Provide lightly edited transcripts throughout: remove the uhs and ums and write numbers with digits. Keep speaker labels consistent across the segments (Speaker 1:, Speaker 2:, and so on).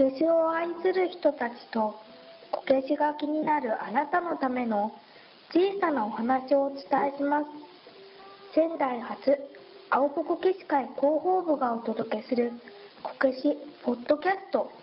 Speaker 1: けしを愛する人たちとこけしが気になるあなたのための小さなお話をお伝えします。仙台発青ポこけし会広報部がお届けするこけしポッドキャスト。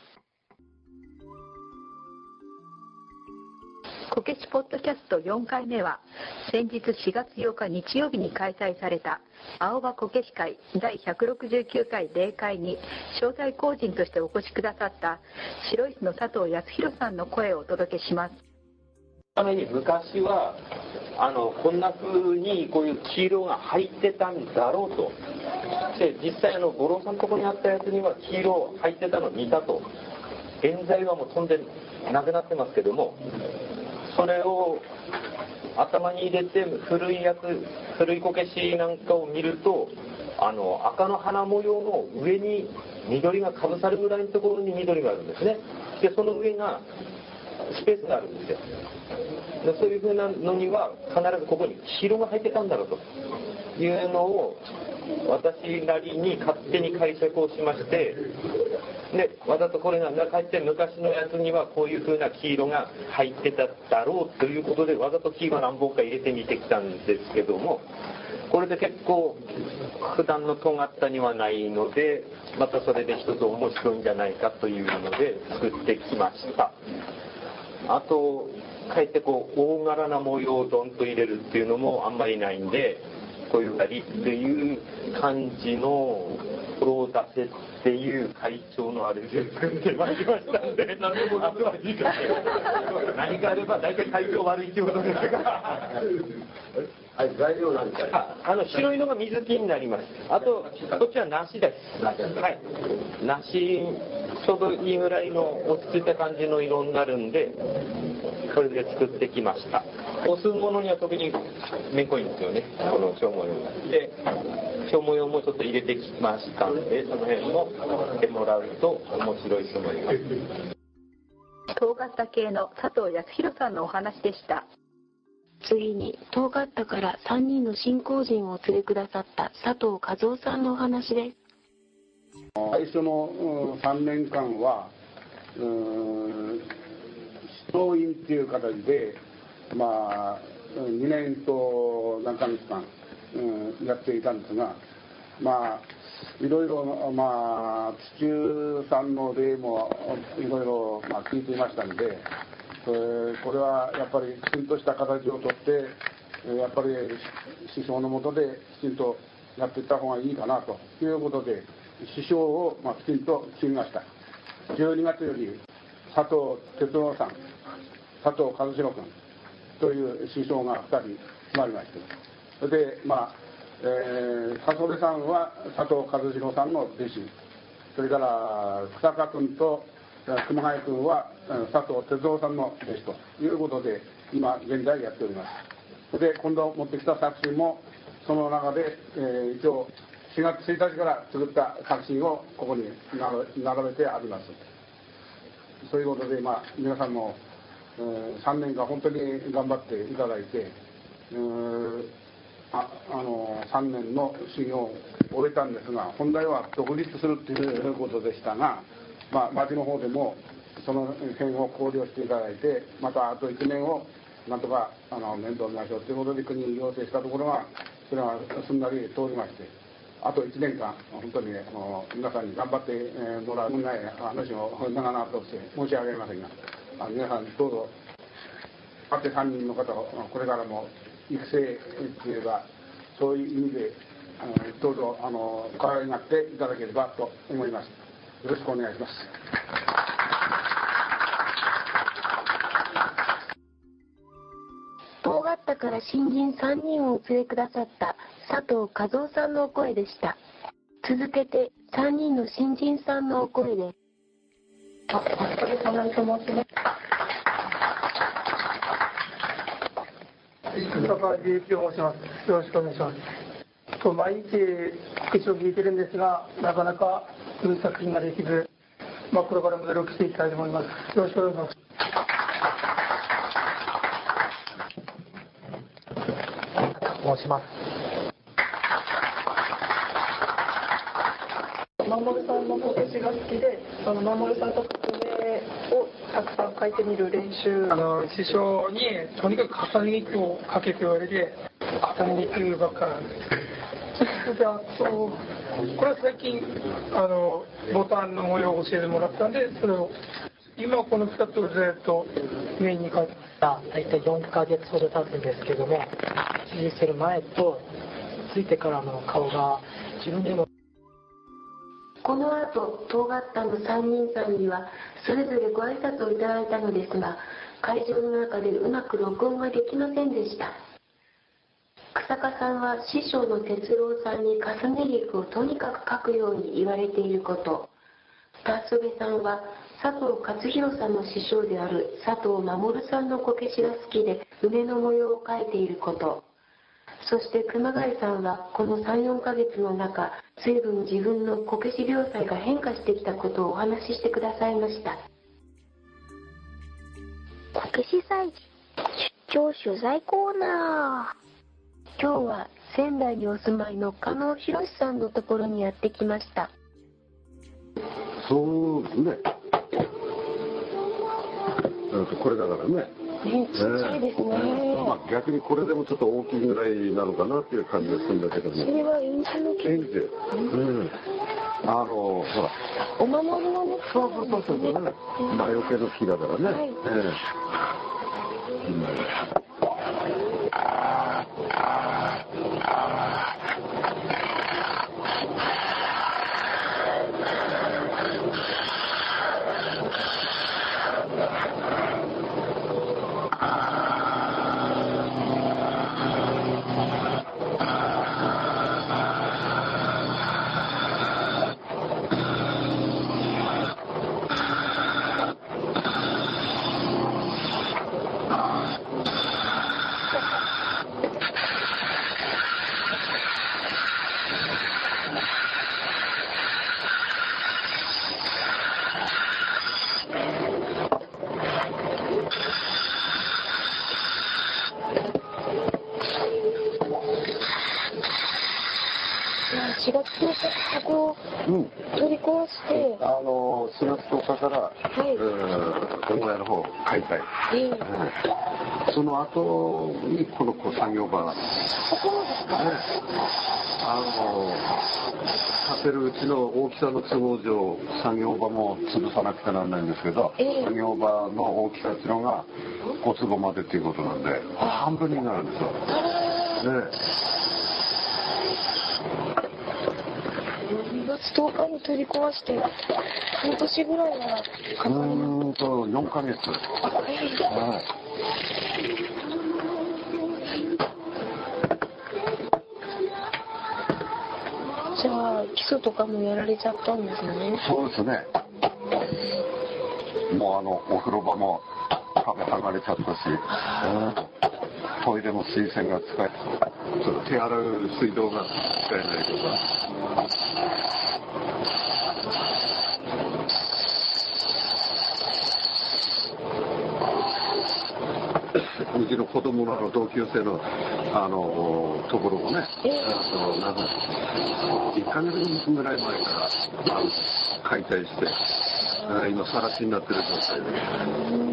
Speaker 2: こけしポッドキャスト4回目は、先日4月8日日曜日に開催された青葉こけし会第169回例会に招待公人としてお越しくださった白石の佐藤康弘さんの声をお届けします。
Speaker 3: ために昔はこんな風にこういう黄色が入ってたんだろうと。で実際五郎さんのところにあったやつには黄色入ってたのを見たと。現在はもう飛んでなくなってますけども、それを頭に入れて古いこけしなんかを見ると赤の花模様の上に緑がかぶさるぐらいのところに緑があるんですね。でその上がスペースがあるんですよ。でそういう風なのには必ずここに黄色が入ってたんだろうというのを私なりに勝手に解釈をしまして、でわざとこれがかえって昔のやつにはこういう風な黄色が入ってただろうということでわざと黄色何本か入れてみてきたんですけども、これで結構普段の尖ったにはないので、またそれで一つ面白いんじゃないかというので作ってきました。あとかえって大柄な模様をドンと入れるっていうのもあんまりないんで、こういうりっていう感じのプロを出せっていう会長のあれで組んでまいりましたんで、あとは次回何かあれば大体会長悪いっていうことですがはい、材料なんですか。白いのが水木になります。あとこっちは梨です。はい、梨ちょうどいいぐらいの落ち着いた感じの色になるんで、これで作ってきました。お吸うものには特にめんこいんですよね、この蝶模様で。蝶模様もちょっと入れてきましたんで、その辺も見てもらうと面白いと思います。
Speaker 2: 尖った系の佐藤康弘さんのお話でした。
Speaker 4: 次に尖ったから3人の新興人をお連れくださった佐藤和夫さんのお話です。
Speaker 5: 最初の3年間は指導員っていう形で2年と何ヶ月間やっていたんですが、いろいろ地中さんの例もいろいろ聞いていましたので、これはやっぱりきちんとした形をとってやっぱり師匠の下できちんとやっていった方がいいかなということで師匠をきちんと決めました。12月より佐藤哲郎さん、佐藤和弘君という師匠が2人決まりまして、それで佐藤さんは佐藤和弘さんの弟子、それから草加君と熊谷君は佐藤哲郎さんの弟子ということで今現在やっております。で今度持ってきた作品もその中で、一応4月1日から作った作品をここに並べてあります。そういうことで、皆さんも、3年間本当に頑張っていただいて、3年の修行を終えたんですが、本来は独立するということでしたが、町の方でもその辺を考慮していただいて、またあと1年をなんとか面倒見ましょうということで国に要請したところが、それがすんなり通りまして、あと1年間本当に皆さんに頑張ってもらう問題話を長々として申し上げませんが、皆さんどうぞあと3人の方をこれからも育成っていうかそういう意味でどうぞ可愛がっていただければと思います。よろしくお願いします。
Speaker 4: 尖ったから新人3人をお連れくださった佐藤和夫さんのお声でした。続けて3人の新人さんのお声です。
Speaker 1: お疲れ様と申します。
Speaker 6: 高川隆一と申します。よろしくお願いします。毎日口を聞いてるんですが、なかなかいい作品ができず、これからも努力していきたいと思います。よろしくお願いします。
Speaker 7: 申します。 守さんのこけしが好きで、守さんと梅をたくさん描いてみる練習。
Speaker 6: 師匠にとにかく重ね肉をかけて言われて、重ね肉ばっかなんです。で、あとこれは最近ボタンの模様を教えてもらったんで、それを今この2つをずっとメインに描いて
Speaker 8: 大体4ヶ月ほど経つんですけども、手術する前とついてからの顔が自分でも。
Speaker 4: この後、当ガッタの3人さんにはそれぞれご挨拶をいただいたのですが、会場の中でうまく録音ができませんでした。草加さんは師匠の哲郎さんに重ね肉をとにかく描くように言われていること、達曽部さんは佐藤勝弘さんの師匠である佐藤守さんのこけしが好きで梅の模様を描いていること、そして熊谷さんはこの 3,4 ヶ月の中、随分自分のこけし描写が変化してきたことをお話ししてくださいました。
Speaker 1: こけし祭出張取材コーナー。
Speaker 4: 今日は仙台にお住まいの加納博さんのところにやってきました。
Speaker 5: そうですね。これだからね。
Speaker 4: ちっちゃいですね。
Speaker 5: まあ逆にこれでもちょっと大きいぐらいなのかなっていう感じがするんだけども。
Speaker 4: それは演じの木。
Speaker 5: 演じ。ほら。
Speaker 4: お守りのね。
Speaker 5: そうね。魔除けの木だからね。はい。
Speaker 4: 4月10日ここを取り壊して、
Speaker 5: 4月10日から、本屋の方解体、その後にこの作業場が
Speaker 4: そこですか、
Speaker 5: 建てるうちの大きさの都合上作業場も潰さなくてならないんですけど、作業場の大きさっていうのが5坪までっていうことなんで半分になるんですよ。
Speaker 4: 2月10日に取り壊して半年ぐらいはかかります。
Speaker 5: 4ヶ月。
Speaker 4: じゃあ基礎とかもやられちゃったんですね。
Speaker 5: そうですね。もうお風呂場も壁剥がれちゃったし、トイレも水洗が使え、ちょっと手洗う水道が使えないとか。うちの子供の同級生のところもね、なんか1ヶ月ぐらい前から解体して、今更地になってる状態で。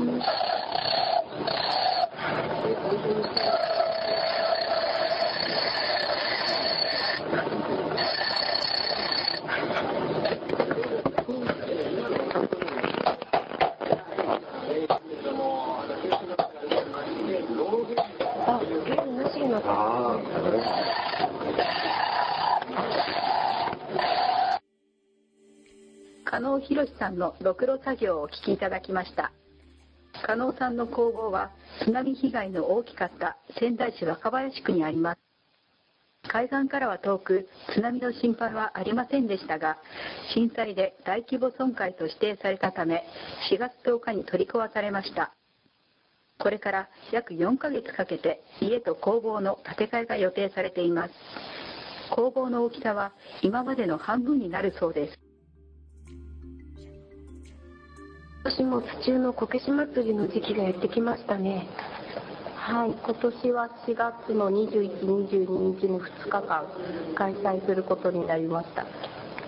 Speaker 2: 加納博さんのろくろ作業をお聞きいただきました。加納さんの工房は津波被害の大きかった仙台市若林区にあります。海岸からは遠く津波の心配はありませんでしたが、震災で大規模損壊と指定されたため4月10日に取り壊されました。これから約4ヶ月かけて家と工房の建て替えが予定されています。工房の大きさは今までの半分になるそうです。
Speaker 4: 今年も府中のこけし祭りの時期がやってきましたね。
Speaker 9: はい、今年は4月の21、22日に2日間開催することになりました。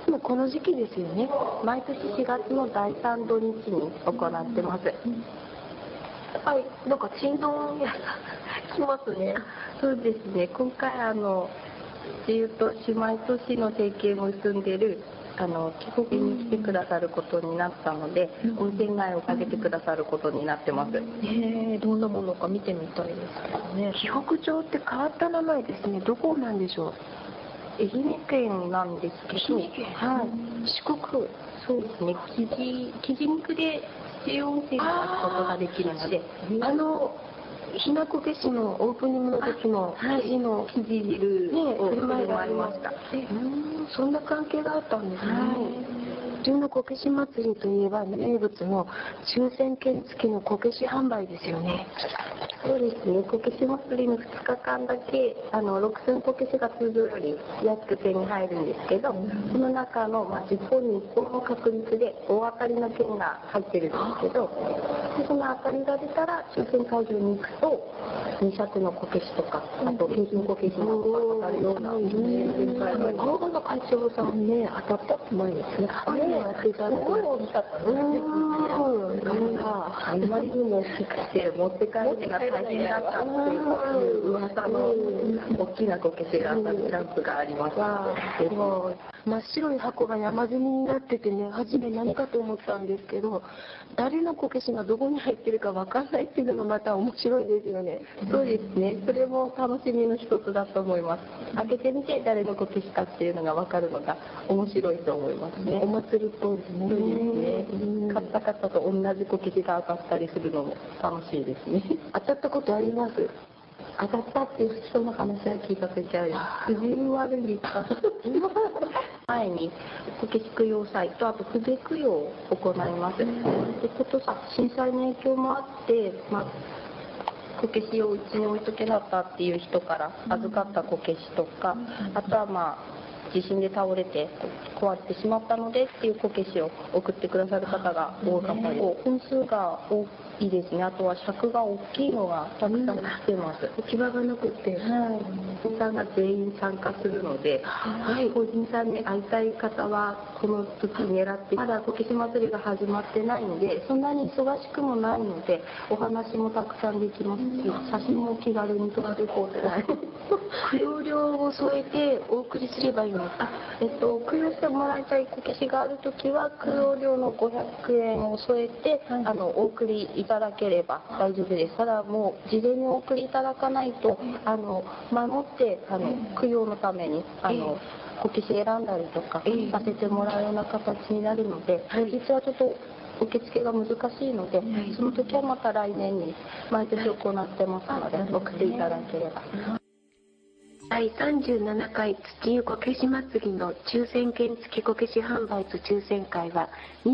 Speaker 4: つもこの時期ですよね。
Speaker 9: 毎年4月の第3土日に行ってます。
Speaker 4: はい、なんかちんどん屋さん来ますね。
Speaker 9: そうですね。今回自由都市毎年の提携を結んでいる帰国に来てくださることになったので、温泉街をかけてくださることになってます。
Speaker 4: どんなものか見てみたいですけどね。紀北町って変わった名前ですね。どこなんでしょう。
Speaker 9: 愛媛県なんですけど、
Speaker 4: 愛媛県、
Speaker 9: はい、
Speaker 4: 四国、
Speaker 9: そうですね。基地肉で西洋温泉に立つことができるので、
Speaker 4: ひなこけしのオープニングの時の生地の
Speaker 9: 生地汁を振る
Speaker 4: 振る舞いが
Speaker 9: 舞いました。
Speaker 4: そんな関係があったんですね。普通のこけし祭りといえば名物の抽選券付きのこけし販売ですよね。
Speaker 9: そうですね。こけし祭りの2日間だけ6000こけしが通常より安く手に入るんですけど、その中の10本に1本の確率で大当たりの券が入ってるんですけど、でその当たりが出たら抽選会場に行くと2尺のこけしとか、あと景品こけしが当たるような抽選会があります。
Speaker 4: 青葉会長さんね、当たったって前ですね。やっていただいて。
Speaker 9: 大きかったですね。あんまりにも大きくて持って帰るのが大変だったっていう噂の大きなこけしが当たるチャンスがあります。
Speaker 4: もう真っ白い箱が山積みになっててね、初め何かと思ったんですけど、誰のこけしがどこに入ってるか分かんないっていうのがまた面白いですよね。
Speaker 9: そうですね。それも楽しみの一つだと思います。開けてみて誰のこけしかっていうのが分かるのが面白いと思いますね。
Speaker 4: お祭りっぽいですね。
Speaker 9: そうですね。買った方と同じこけしが当たったりするのも楽しいですね。
Speaker 4: 当たったことあります？
Speaker 9: 当たったっていう人の話は聞かせちゃうよ。不自由悪いですか。前にこけし供養祭とあと筆供養を行います。で今年震災の影響もあって、こけしをうちに置いとけなかったっていう人から預かったこけしとか、あとは地震で倒れて壊れてしまったのでっていうこけしを送ってくださる方が多かったり、本数が多いですね。あとは尺が大きいのがたくさん来てます。
Speaker 4: 置き場がなくて、
Speaker 9: 個人さんが全員参加するので、個人さんに会いたい方はこの時狙って、まだこけし祭りが始まってないので、そんなに忙しくもないので、お話もたくさんできますし、写真も気軽に撮っていこうと思います。
Speaker 4: 供養料を添えてお送りすればいいのか。
Speaker 9: 供養してもらいたいこけしがあるときは供養料の500円を添えて、お送りいただければ大丈夫です。ただもう事前にお送りいただかないと前もって供養のためにこけし選んだりとかさせてもらうような形になるので、実はちょっと受付が難しいので、その時はまた来年に毎年行ってますので送っていただければ。
Speaker 4: 第37回土湯こけし祭りの抽選券付きこけし販売と抽選会は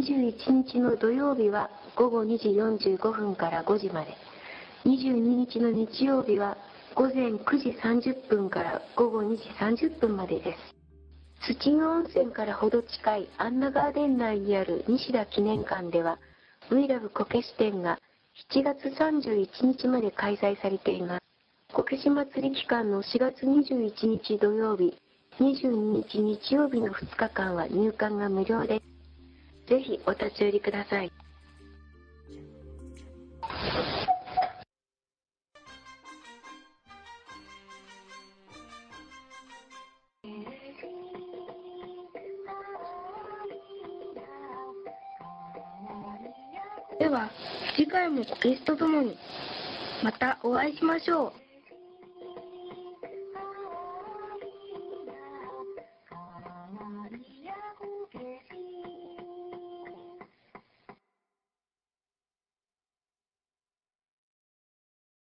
Speaker 4: 21日の土曜日は午後2時45分から5時まで、22日の日曜日は午前9時30分から午後2時30分までです。土湯温泉からほど近いアンナガーデン内にある西田記念館では We Love こけし展が7月31日まで開催されています。こけし祭り期間の4月21日土曜日、22日日曜日の2日間は入館が無料です。ぜひお立ち寄りください。
Speaker 1: では次回もゲストともにまたお会いしましょう。